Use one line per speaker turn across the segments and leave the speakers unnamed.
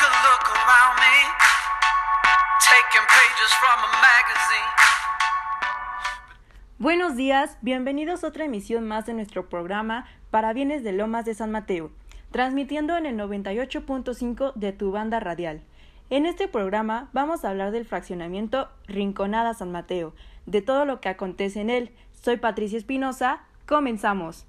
Take a look around me, taking pages from a magazine.
Buenos días, bienvenidos a otra emisión más de nuestro programa Parabienes de Lomas de San Mateo, transmitiendo en el 98.5 de tu banda radial. En este programa vamos a hablar del fraccionamiento Rinconada San Mateo, de todo lo que acontece en él. Soy Patricia Espinosa, comenzamos.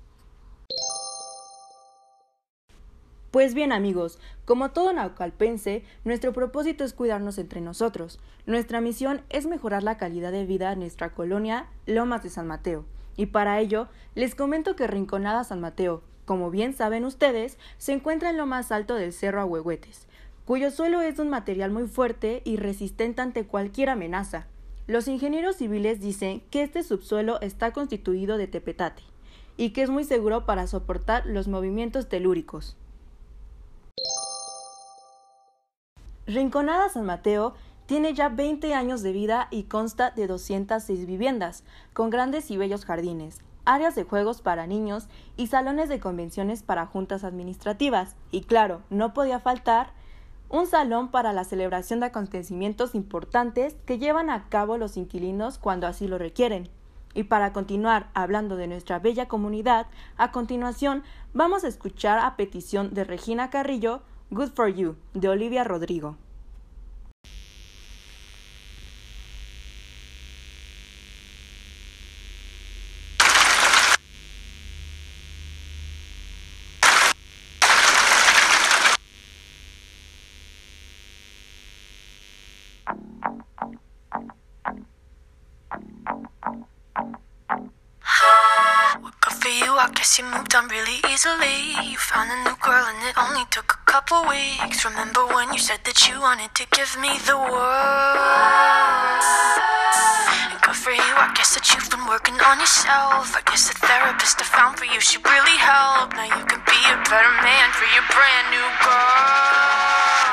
Pues bien amigos, como todo naucalpense, nuestro propósito es cuidarnos entre nosotros. Nuestra misión es mejorar la calidad de vida en nuestra colonia Lomas de San Mateo. Y para ello, les comento que Rinconada San Mateo, como bien saben ustedes, se encuentra en lo más alto del Cerro Ahuehuetes, cuyo suelo es de un material muy fuerte y resistente ante cualquier amenaza. Los ingenieros civiles dicen que este subsuelo está constituido de tepetate y que es muy seguro para soportar los movimientos telúricos. Rinconada San Mateo tiene ya 20 años de vida y consta de 206 viviendas, con grandes y bellos jardines, áreas de juegos para niños y salones de convenciones para juntas administrativas. Y claro, no podía faltar un salón para la celebración de acontecimientos importantes que llevan a cabo los inquilinos cuando así lo requieren. Y para continuar hablando de nuestra bella comunidad, a continuación vamos a escuchar a petición de Regina Carrillo, Good for You, de Olivia Rodrigo.
I guess you moved on really easily. You found a new girl and it only took a couple weeks. Remember when you said that you wanted to give me the world? And good for you, I guess that you've been working on yourself. I guess the therapist I found for you should really help. Now you can be a better man for your brand new girl.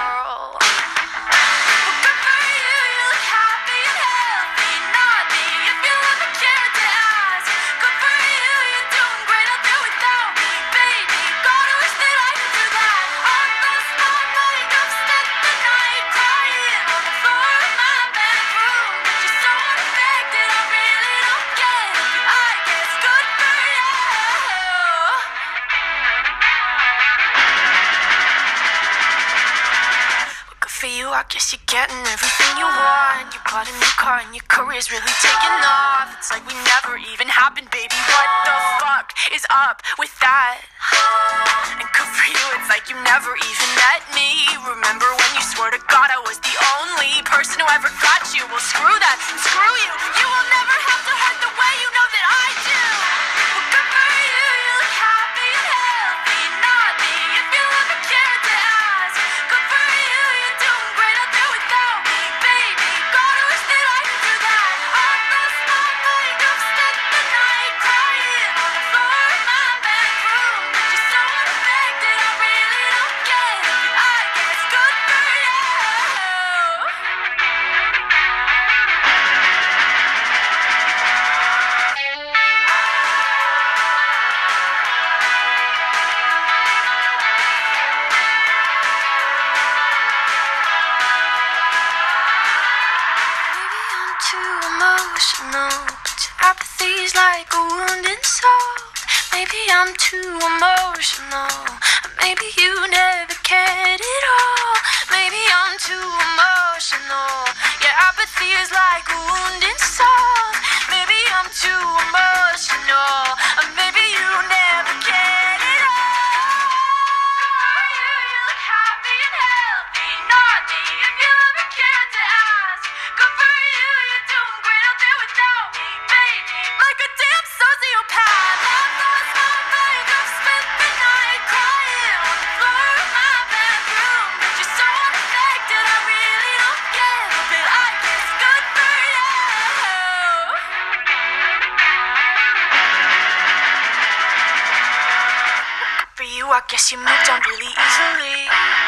I guess you're getting everything you want. You bought a new car and your career's really taking off. It's like we never even happened, baby. What the fuck is up with that? And good for you, it's like you never even met me. Remember when you swore to God I was the only person who ever got you? Well, screw that and screw you. You will never have to hurt the way you know that I do. Well, good for you, you look happy and healthy. Not me, if you ever cared to ask. Good for you, you're doing great. I'll do without me, baby. Gotta wish that I could do that. I lost my mind, I've spent the night crying on the floor of my bedroom. But you're so unaffected, I really don't get it. I guess good for you. But your apathy's like a wounded soul. Maybe I'm too emotional. Maybe you never cared at all. Maybe I'm too emotional. Your apathy is like a wounded soul. Maybe I'm too emotional. Maybe you never cared at all. You look happy and healthy. Not me, if you ever cared to ask. Good for you, you're doing great. I'll do without me, baby. Like a damn sociopath. I've lost my mind. I've spent the night crying on the floor of my bedroom. But you're so unaffected, I really don't get it. But I guess good for you. Good for you, I guess you moved on really easily.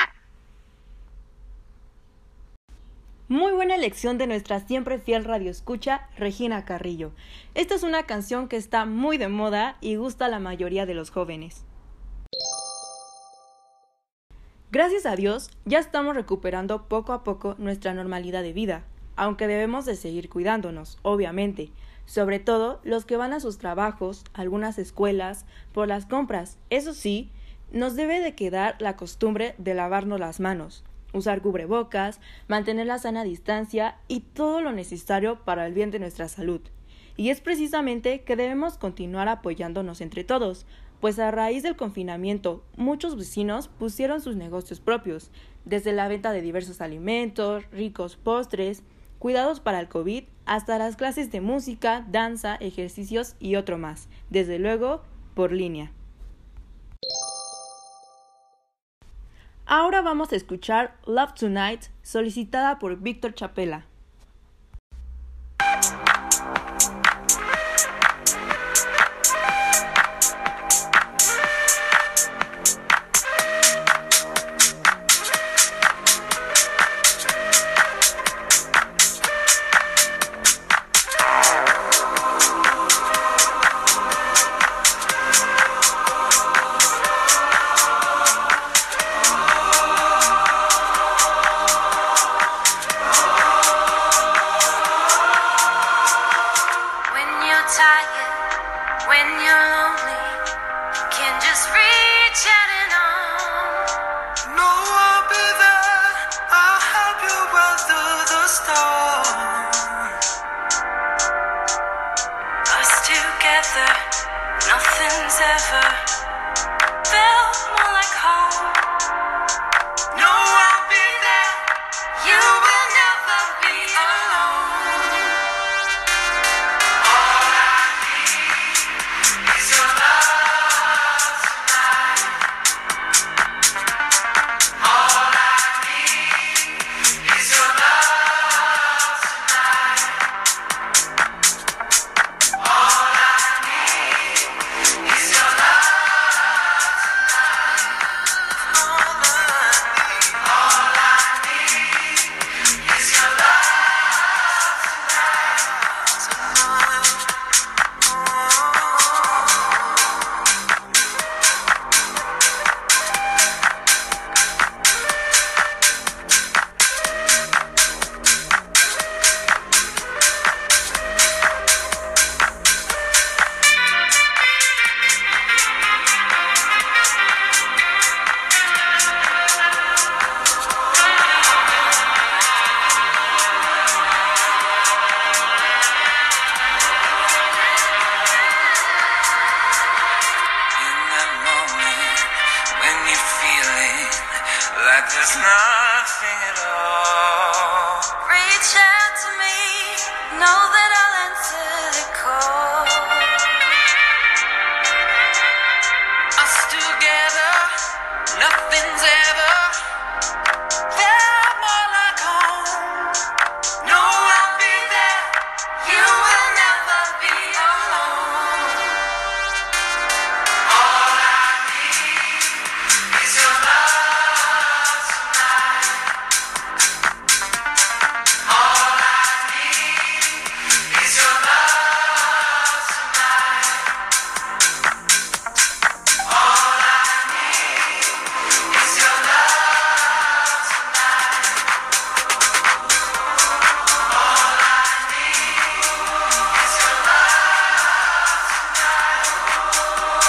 Muy buena elección de nuestra siempre fiel radioescucha, Regina Carrillo. Esta es una canción que está muy de moda y gusta a la mayoría de los jóvenes. Gracias a Dios, ya estamos recuperando poco a poco nuestra normalidad de vida, aunque debemos de seguir cuidándonos, obviamente, sobre todo los que van a sus trabajos, algunas escuelas, por las compras. Eso sí, nos debe de quedar la costumbre de lavarnos las manos, usar cubrebocas, mantener la sana distancia y todo lo necesario para el bien de nuestra salud. Y es precisamente que debemos continuar apoyándonos entre todos, pues a raíz del confinamiento muchos vecinos pusieron sus negocios propios, desde la venta de diversos alimentos, ricos postres, cuidados para el COVID, hasta las clases de música, danza, ejercicios y otro más, desde luego por línea. Ahora vamos a escuchar Love Tonight, solicitada por Víctor Chapela.
Nothing's ever felt more like home. No, I'll be there. You will never be alone. All I need is your love tonight. All I need is your love tonight. All I need is your love tonight. All I need is your love in that moment when you're feeling like there's nothing at all. Reach out to me, know that I'll answer the call. Us together, nothing's ever felt more like home. No, I'll be there. You will never be alone. All I need is your love tonight. All I need is your love tonight. All I need is your love tonight. All I need is your love tonight.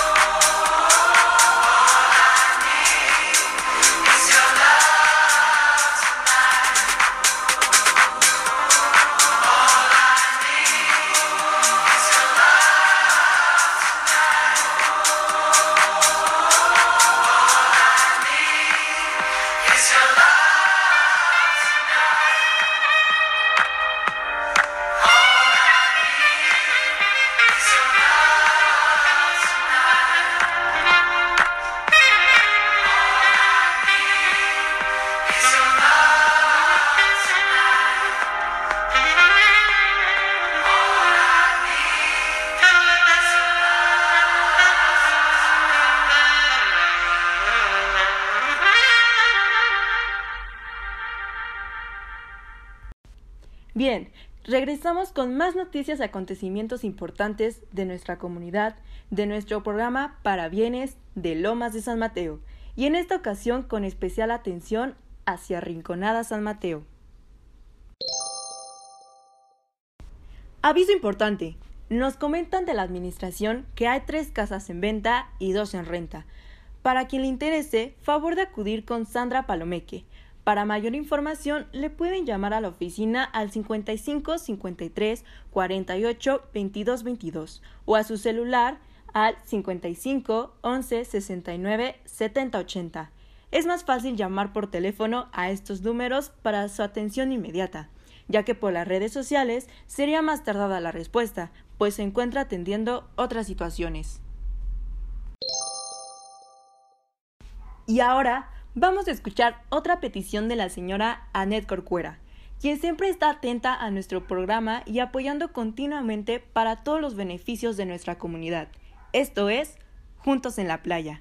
Is your love tonight. All I need is your love tonight. All I need is your love tonight. All I need is your love
Bien, regresamos con más noticias y acontecimientos importantes de nuestra comunidad, de nuestro programa Para Bienes de Lomas de San Mateo. y en esta ocasión con especial atención hacia Rinconada San Mateo. Aviso importante. Nos comentan de la administración que hay 3 casas en venta y 2 en renta. Para quien le interese, favor de acudir con Sandra Palomeque. Para mayor información, le pueden llamar a la oficina al 55 53 48 22 22 o a su celular al 55 11 69 70 80. Es más fácil llamar por teléfono a estos números para su atención inmediata, ya que por las redes sociales sería más tardada la respuesta, pues se encuentra atendiendo otras situaciones. Y ahora vamos a escuchar otra petición de la señora Anet Corcuera, quien siempre está atenta a nuestro programa y apoyando continuamente para todos los beneficios de nuestra comunidad. Esto es Juntos en la Playa.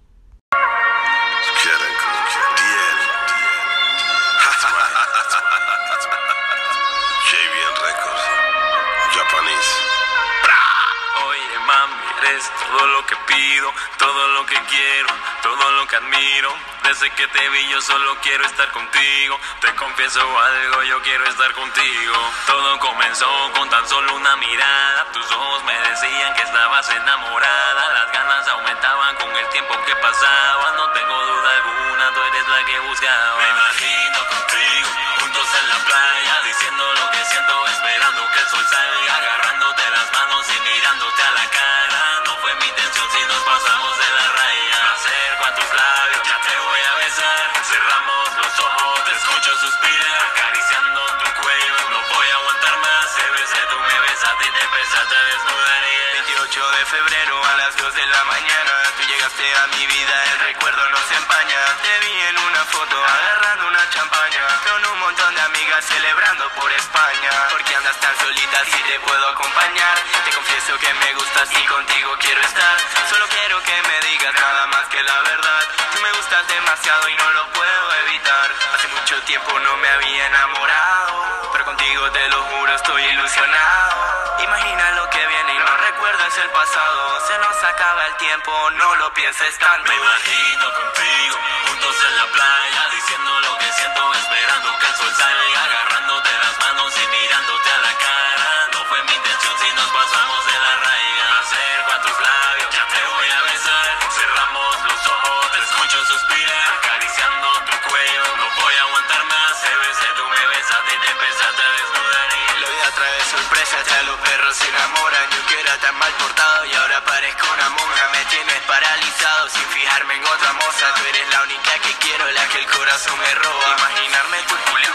Eres todo lo que pido, todo lo que quiero, todo lo que admiro. Desde que te vi yo solo quiero estar contigo. Te confieso algo, yo quiero estar contigo. Todo comenzó con tan solo una mirada. Tus ojos me decían que estabas enamorada. Las ganas aumentaban con el tiempo que pasaba. No tengo duda alguna, tú eres la que buscaba. Me imagino contigo, juntos en la playa, diciendo lo que siento, esperando que el sol salga, agarrándote las manos y mirándote a la cara. No fue mi intención si nos pasamos de la raya. Me acerco a tus labios, ya te voy a besar. Cerramos los ojos, te escucho suspirar, acariciando tu cuello. No voy a aguantar más, se besé, tú me besaste y te empezaste a desnudar. 28 de febrero a las 2 de la mañana, tú llegaste a mi vida, el recuerdo nos empaña. Te vi en una foto agarrando una champaña, con un montón de amigas celebrando por España. ¿Por qué andas tan solita si te puedo acompañar? Te confieso que me gustas y contigo quiero estar. Solo quiero que me digas nada más que la verdad. Tú me gustas demasiado y no lo puedo evitar. Hace mucho tiempo no me había enamorado, pero contigo te lo juro estoy ilusionado. Imagina lo que viene y no recuerdas el pasado. Se nos acaba el tiempo, no lo pienses tanto. Me imagino contigo, juntos en la playa, diciendo lo que siento, esperando que el sol salga, agarrándote las manos y mirándote a la cara. No fue mi intención si nos pasamos de la raya. Me acerco a tus labios, ya te voy a besar. Cerramos los ojos, te escucho suspirar, acariciando tu cuello. No voy a aguantar más, se besé, tú me besaste y te empezaste a desnudar. La vida trae sorpresas, ya los perros se enamoran. Yo que era tan mal portado y ahora parezco una monja. Me tienes paralizado sin fijarme en otra moza. Tú eres la única que quiero, la que el corazón me roba. Imaginarme tu culo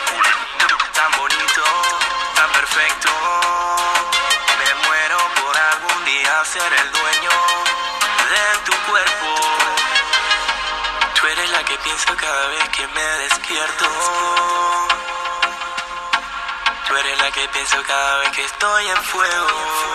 tan bonito, tan perfecto. Me muero por algún día ser el dueño de tu cuerpo. Tú eres la que pienso cada vez que me despierto. Tú eres la que pienso cada vez que estoy en fuego.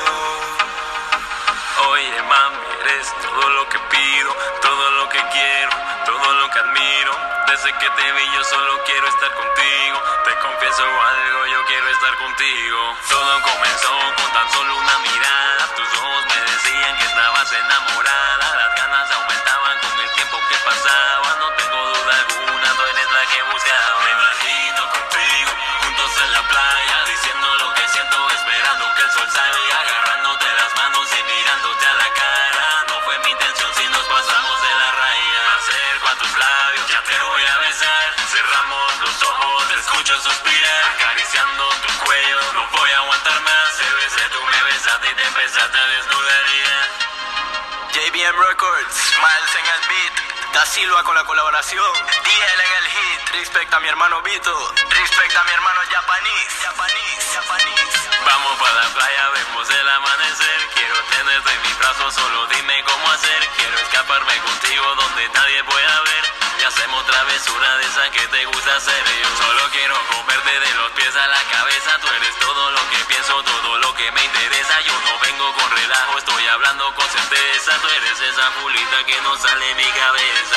Oye mami, eres todo lo que pido, todo lo que quiero, todo lo que admiro. Desde que te vi yo solo quiero estar contigo. Te confieso algo, yo quiero estar contigo. Todo comenzó con tan solo una mirada. Tus ojos me decían que estabas enamorada. Las ganas aumentaban con el tiempo que pasaba. No tengo duda alguna, tú eres la que buscaba. Me imagino contigo, juntos en la playa, diciendo lo que siento, esperando que el sol salga, agarrándote las manos y mirándote a la cara. No fue mi intención si nos pasamos de la raya. Me acerco a tus labios, ya te voy a besar. Cerramos los ojos, te escucho suspirar, acariciando tu cuello. No voy a aguantar más, se besé, tú me besaste y te empezaste a desnudar. JBM Records, Miles en el beat, Da Silva con la colaboración, DL en el hit. Respecta a mi hermano Vito, respecta a mi hermano Japanese. Vamos para la playa, vemos el amanecer. Quiero tenerte en mis brazos, solo dime cómo hacer. Quiero escaparme contigo donde nadie pueda ver. Y hacemos travesura de esa que te gusta hacer. Yo solo quiero comerte de los pies a la cabeza. Tú eres todo lo que pienso, todo lo que me interesa. Yo no vengo con relajo, estoy hablando con certeza. Tú eres esa pulita que no sale de mi cabeza.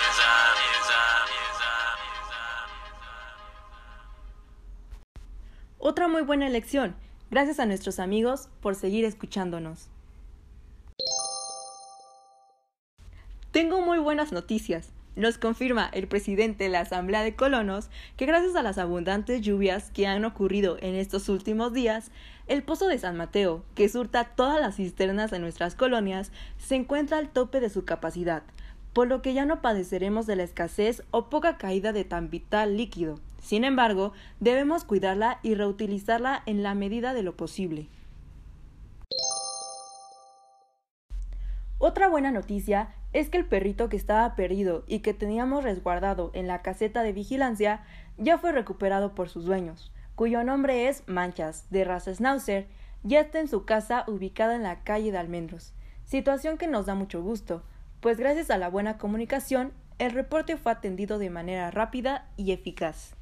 Otra muy buena elección. Gracias a nuestros amigos por seguir escuchándonos. Tengo muy buenas noticias. Nos confirma el presidente de la Asamblea de Colonos que gracias a las abundantes lluvias que han ocurrido en estos últimos días, el Pozo de San Mateo, que surta todas las cisternas de nuestras colonias, se encuentra al tope de su capacidad, por lo que ya no padeceremos de la escasez o poca caída de tan vital líquido. Sin embargo, debemos cuidarla y reutilizarla en la medida de lo posible. Otra buena noticia es que el perrito que estaba perdido y que teníamos resguardado en la caseta de vigilancia ya fue recuperado por sus dueños, cuyo nombre es Manchas, de raza Schnauzer, ya está en su casa ubicada en la calle de Almendros, situación que nos da mucho gusto, pues gracias a la buena comunicación, el reporte fue atendido de manera rápida y eficaz.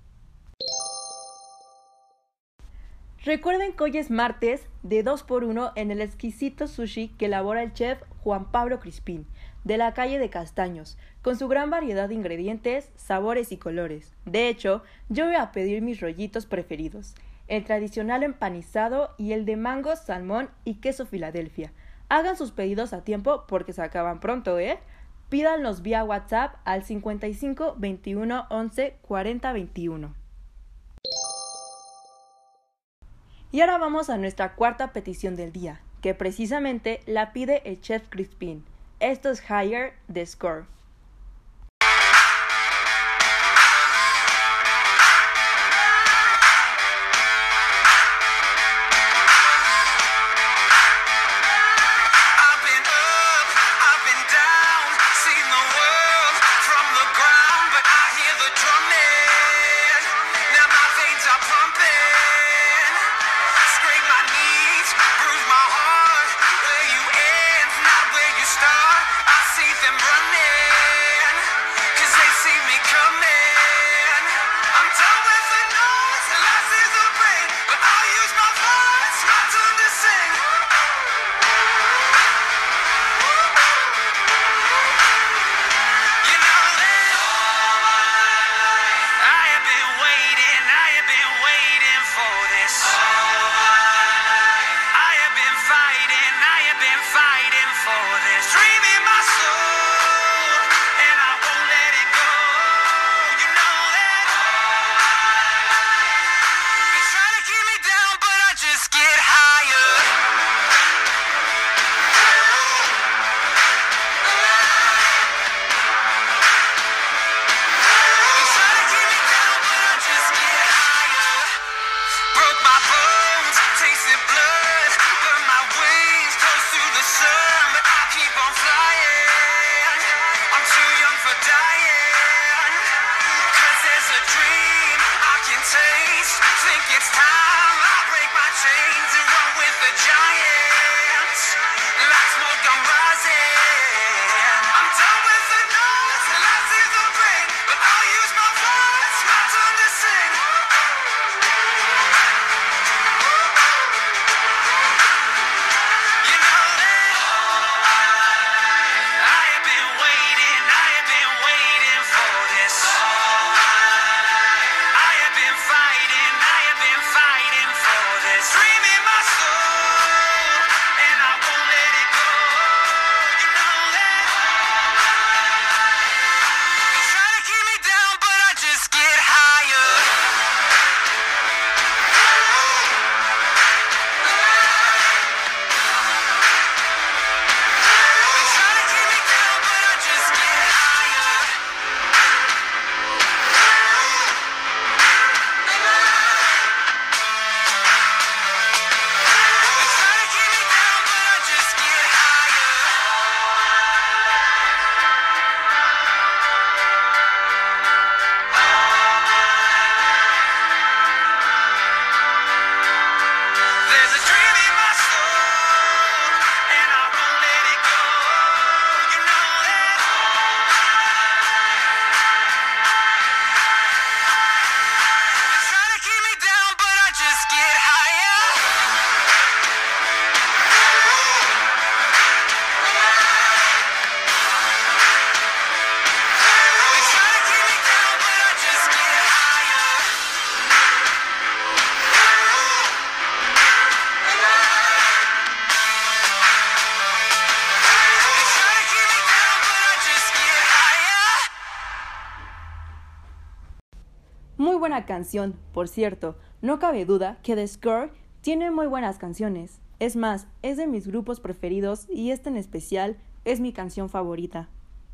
Recuerden que hoy es martes de 2x1 en el exquisito sushi que elabora el chef Juan Pablo Crispín, de la calle de Castaños, con su gran variedad de ingredientes, sabores y colores. De hecho, yo voy a pedir mis rollitos preferidos, el tradicional empanizado y el de mango, salmón y queso Filadelfia. Hagan sus pedidos a tiempo porque se acaban pronto, ¿eh? Pídanlos vía WhatsApp al 55 21 11 40 21. Y ahora vamos a nuestra cuarta petición del día, que precisamente la pide el chef Crispin. Esto es Higher de Score.
I have been fighting
Muy buena canción, por cierto. No cabe duda que The Score tiene muy buenas canciones. Es más, es de mis grupos preferidos y esta en especial es mi canción favorita.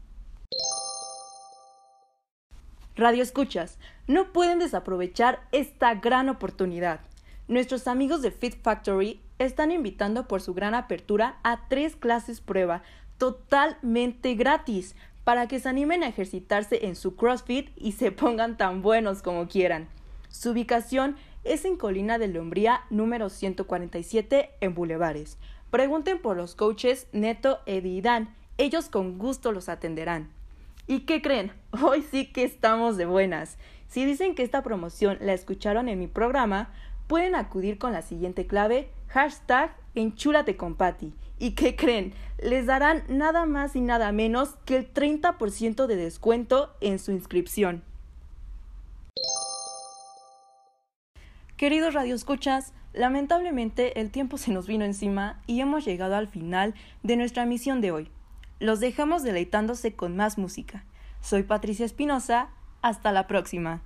Radio Escuchas, no pueden desaprovechar esta gran oportunidad. Nuestros amigos de Fit Factory están invitando por su gran apertura a 3 clases prueba totalmente gratis para que se animen a ejercitarse en su CrossFit y se pongan tan buenos como quieran. Su ubicación es en Colina del Umbría, número 147 en Bulevares. Pregunten por los coaches Neto, Eddie y Dan, ellos con gusto los atenderán. ¿Y qué creen? Hoy sí que estamos de buenas. Si dicen que esta promoción la escucharon en mi programa, pueden acudir con la siguiente clave, #enchúlateconpati. ¿Y qué creen? Les darán nada más y nada menos que el 30% de descuento en su inscripción. Queridos radioescuchas, lamentablemente el tiempo se nos vino encima y hemos llegado al final de nuestra misión de hoy. Los dejamos deleitándose con más música. Soy Patricia Espinosa, hasta la próxima.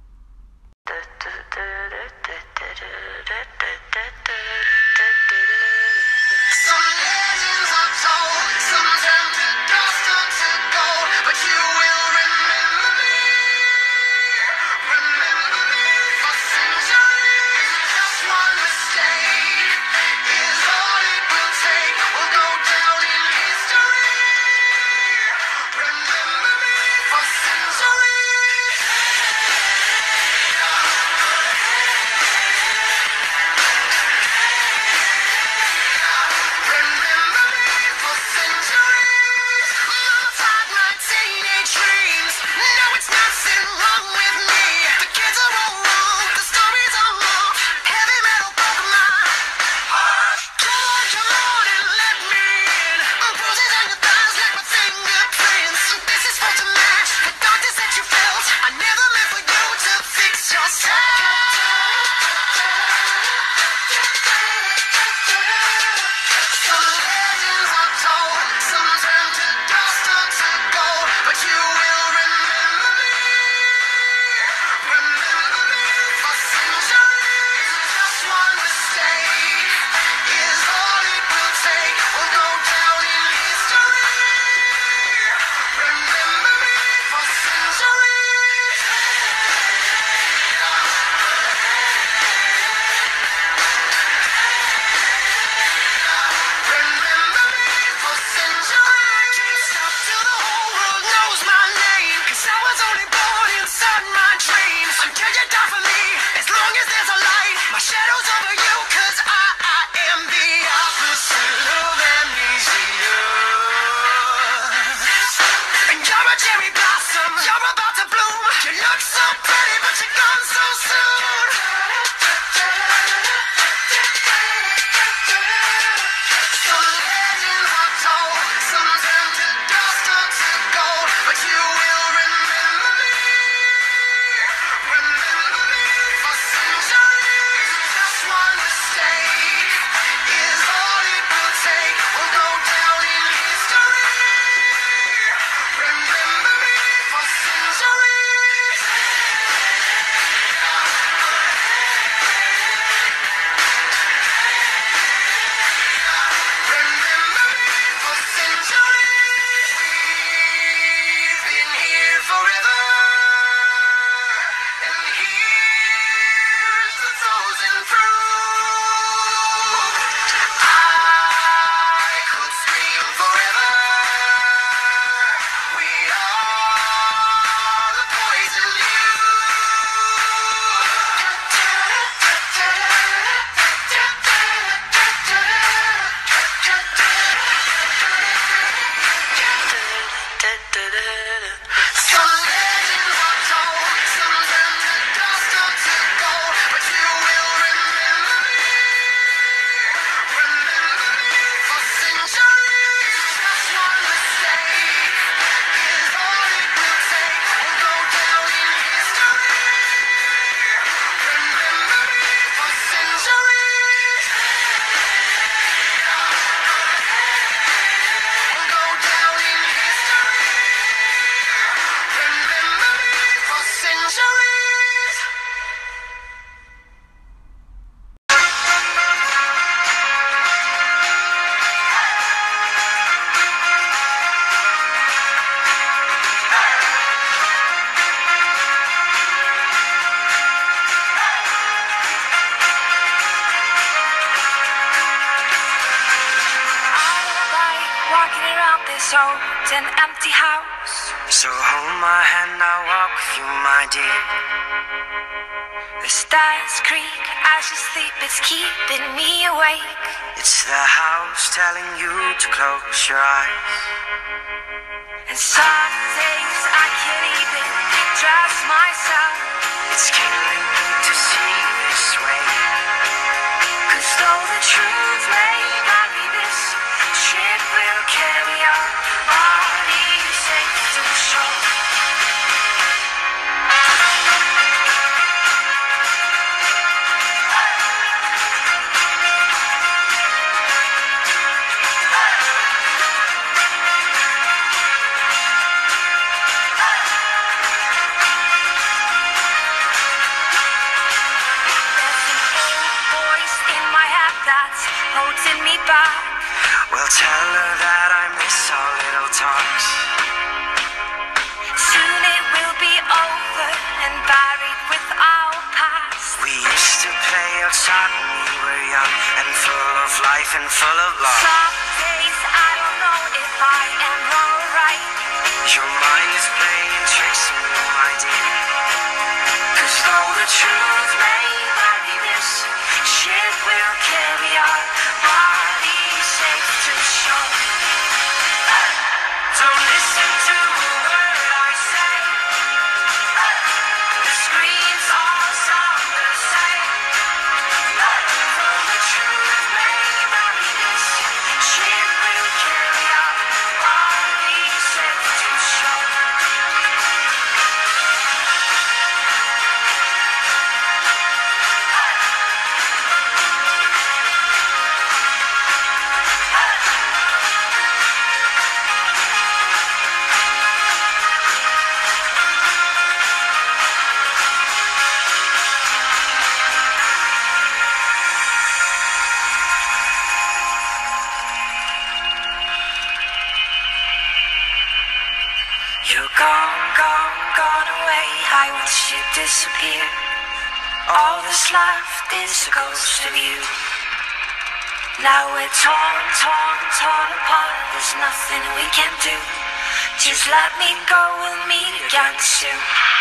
told an empty house.
So hold my hand, I'll walk with you, my dear.
The stars creak as you sleep, it's keeping me awake.
It's the house telling you to close your eyes.
And some days I can't even trust myself.
It's killing me to see you this way. 'Cause though the truth may vary, this ship will carry our bodies safe to shore.
That's holding me back.
Well, tell her that I miss our little talks.
Soon it will be over and buried with our past.
We used to play outside when we were young and full of life and full of love.
Some days I don't know if I am wrong or right.
Your mind is playing tricks on you, my dear. 'Cause though the truth may vary, this ship will carry our bodies safe to shore. Don't listen to a word I say. The screams all sound the same. Though the truth may vary, this ship will carry our bodies safe to shore. You're gone, gone, gone away. I wish you'd disappear. All that's left is a ghost of you. Now we're torn, torn, torn apart. There's nothing we can do. Just let me go, we'll meet again soon.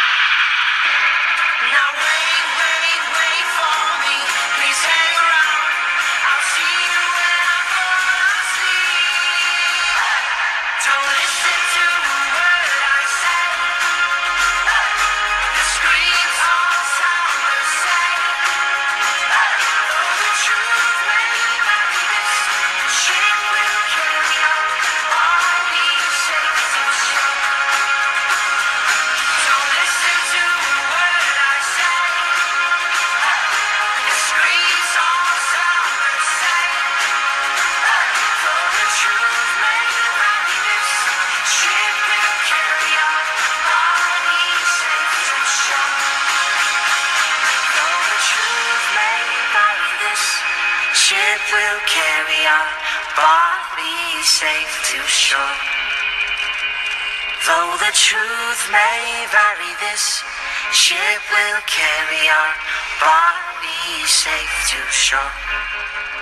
Now wait, wait, wait for me. Please hang around. I'll see you when I'm gonna sleep. Don't listen to a word I say. The screams all sound the same. Though the truth may vary, this ship will carry our bodies safe to shore. Don't listen to a word I say. The screams all sound the same. Though the truth may vary, this ship will carry our bodies safe to shore. Though the truth may vary, this ship will carry our bodies safe to shore. Though the truth may vary, this ship will carry our bodies safe to shore.